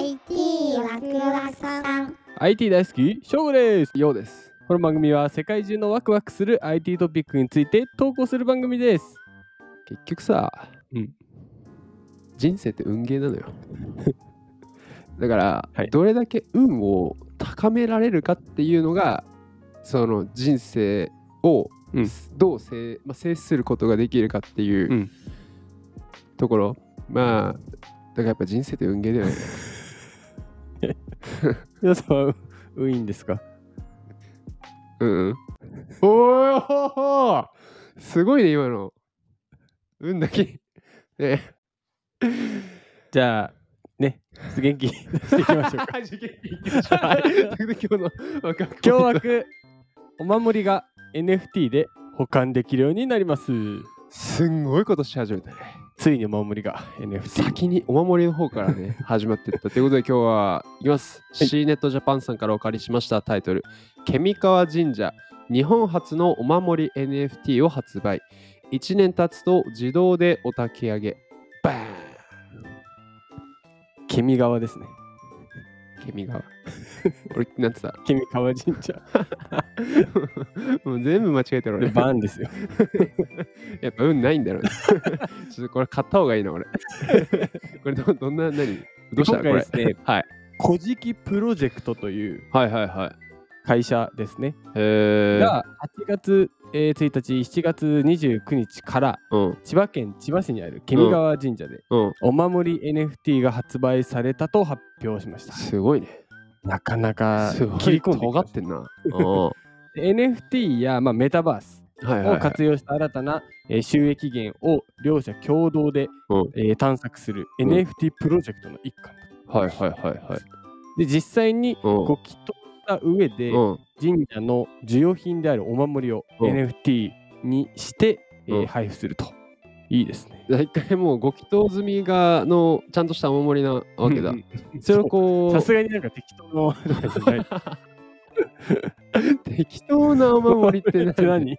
IT ワクワクさん。 IT 大好き翔吾です。 ようです。 この番組は世界中のワクワクする IT トピックについて投稿する番組です。 結局さ、人生って運ゲーなのよ。だから、 はい、 どれだけ運を高められるかっていうのがその人生をどう制することができるかっていうところ、まあだからやっぱ人生って運ゲーだよね。 皆さんは運いいんですか？ おお、すごいね今の運だけね。 じゃあね、元気出していきましょうか。 元気いきましょう。はい。 今日枠お守りが NFT で保管できるようになります。 すんごいことし始めたね。 ついにお守りが NFT。 先にお守りの方からね始まっていったということで、今日はいきます。 はい、 C ネットジャパンさんからお借りしましたタイトル、ケミカワ神社日本初のお守り NFT を発売。1年経つと自動でお焚き上げ。バーン。 ケミ川ですね。 ケミ川。俺なんてさ、 ケミ川神社。 もう全部間違えてる俺。 バーンですよ。 やっぱ運ないんだろうね。ちょっとこれ買った方がいいな俺。これどんな何？どうした今回ですね、 はい。 古事記プロジェクトというはい会社ですね。 がが8月1日、7月29日から千葉県千葉市にあるケミ川神社でお守り NFT が発売されたと発表しました。 すごいね。 なかなか切り込んで尖ってんな。 NFT やメタバースを活用した新たな収益源を両者共同で探索する NFT プロジェクトの一環だ。で、実際にご祈祷した上で神社の需要品であるお守りを NFT にして配布すると。いいですね。 一回もうご祈祷済みがのちゃんとしたお守りなわけだ。それをこうさすがになんか適当の適当なお守りって何？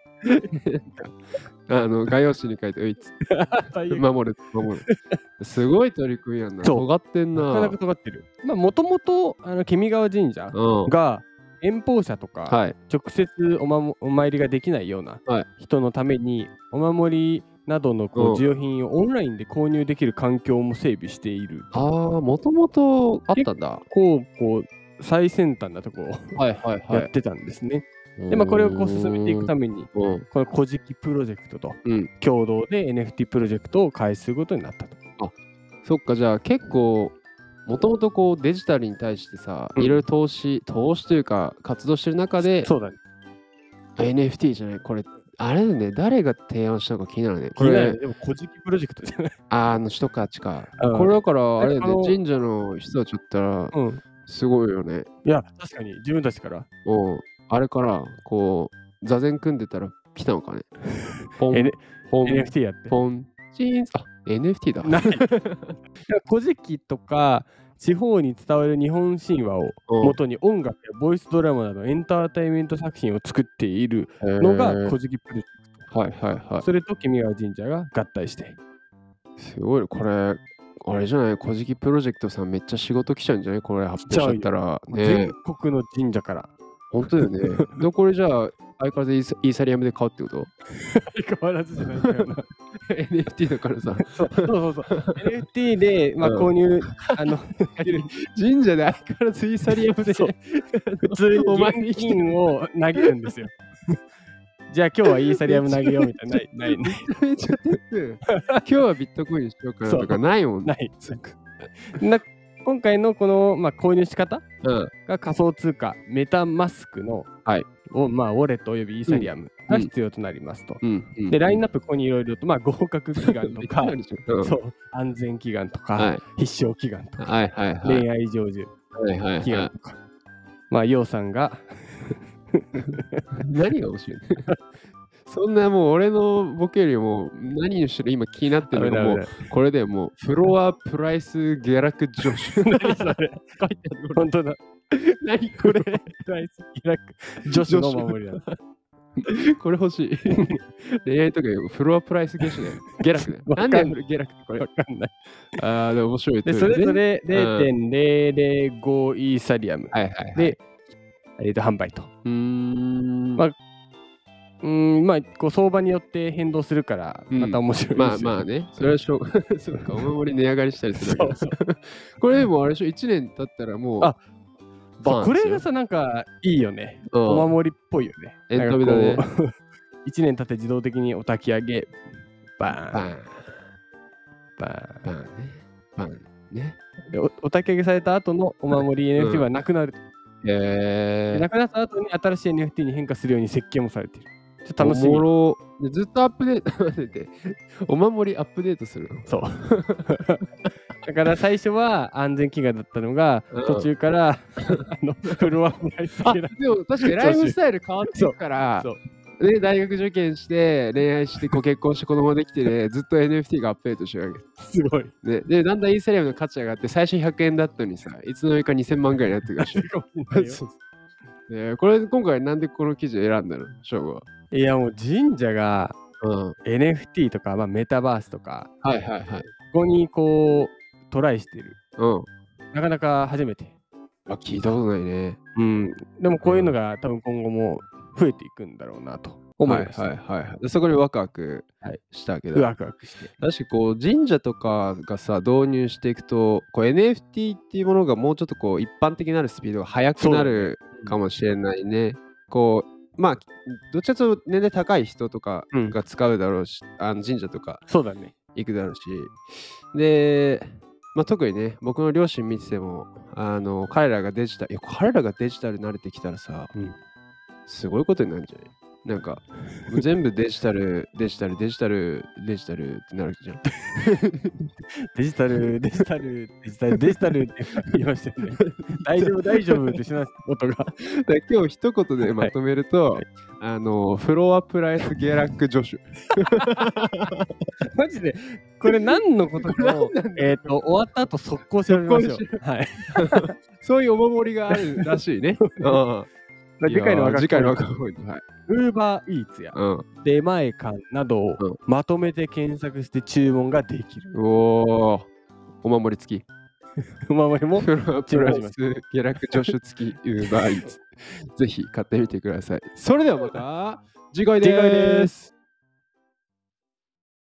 概要紙に書いて「ういっつって守る。すごい取り組みやんな。尖ってんな。 なかなか尖ってる。もともとケミ川神社が遠方者とか直接お参りができないような人のためにお守りなどの需要品をオンラインで購入できる環境も整備している。 もともとあったんだ。 こう最先端なところをやってたんですね。でこれを進めていくためにこの古事記プロジェクトと共同で NFT プロジェクトを開始することになったと。 そっか。じゃあ結構もともとデジタルに対してさ、いろいろ投資というか活動してる中で、 そうだね。 NFT じゃないこれ。あれだね、誰が提案したのか気になるね。 これでも古事記プロジェクトじゃない？ 人か。これだからあれだね、神社の人たちだったらすごいよね。 いや確かに自分たちからあれから座禅組んでたら来たのかね。 NFT やってポンチン。NFT だ。 古事記とか地方に伝わる日本神話を元に音楽やボイスドラマなどエンターテインメント作品を作っているのが古事記プロジェクト。それとケミ川神社が合体して。 すごい。これあれじゃない、古事記プロジェクトさんめっちゃ仕事来ちゃうんじゃない？これ発表しちゃったらね。 全国の神社から。 本当だよね。でこれじゃあ相変わらずイーサリアムで買うってこと？ 相変わらずじゃないんだよな。 NFT だからさ。 そう。NFT で購入神社で相変わらずイーサリアムで普通に現金を投げるんですよ。じゃあ今日はイーサリアム投げようみたいな。ないね。 めちゃ今日はビットコインしようかなとかないもん。 ない。今回のこの購入仕方が仮想通貨メタマスクのウォレットおよびイーサリアムが必要となりますと。でラインナップここにいろいろと合格祈願とか安全祈願とか必勝祈願とか恋愛成就祈願とかヨウさんが何が面白いそんなもう俺のボケよりも何にしろ今気になってるのがもうこれでもうフロアプライス下落助手。 何それ書いてある。本当だ。 何これ。 プライス下落助手の守りだ。 これ欲しい。恋愛とかフロアプライス下手だよ。下落だよ。なんで下落ってこれわかんない。 ああ、でも面白い。 で、それぞれ 0.005 イーサリアムで、販売と。まあ、こう相場によって変動するから、また面白いですよ。 まあね、それはそうか、お守り値上がりしたりするから。これでもあれでしょ、1年経ったらもう、 これがさ、なんかいいよね。お守りっぽいよね。 エンタメだね。 1年経って自動的にお焚き上げ、バーン。 バンね。 でお焚き上げされた後のお守り NFT はなくなる。なくなった後に新しい NFT に変化するように設計もされている。ちょっと楽しみ。 ずっとアップデートお守りアップデートするの。 そう。だから最初は安全祈願だったのが、途中からフロアプライスでも確かにライフスタイル変わってるから、ね、大学受験して恋愛して結婚して子供できてね、ずっと NFT がアップデートしてるわけ。 すごい。 ね、で、だんだんイーサリアムの価値上がって、最初100円だったのにさ、いつの間にか2000万ぐらいになってるらしい。これ今回なんでこの記事選んだの、翔吾は。 いやもう神社が、NFT とか、メタバースとか、ここにこうトライしてる。なかなか初めて。 聞いたことないね。 でもこういうのが多分今後も増えていくんだろうなと思います。 そこでワクワクしたけど。 ワクワクして。 確かこう神社とかがさ導入していくと、こう NFT っていうものがもうちょっとこう一般的になるスピードが速くなるかもしれないね。こうどっちかというと年齢高い人とかが使うだろうし、神社とか行くだろうし。で、特にね、僕の両親見てても、彼らがデジタルに慣れてきたらさ、すごいことになるんじゃない？なんか、全部デジタルってなるじゃん。 デジタルって言いましたよね。大丈夫ってします、音が。 今日一言でまとめると、フロアプライス下落助手。 マジで、これ何のことかを、終わった後速攻調べましょう。 そういうお守りがあるらしいね。 次回の若者。 ウーバーイーツや出前館などをまとめて検索して注文ができる。 お守り付き。 お守りもフロアプライス下落助手付きウーバーイーツ。ぜひ買ってみてください。それではまた次回です。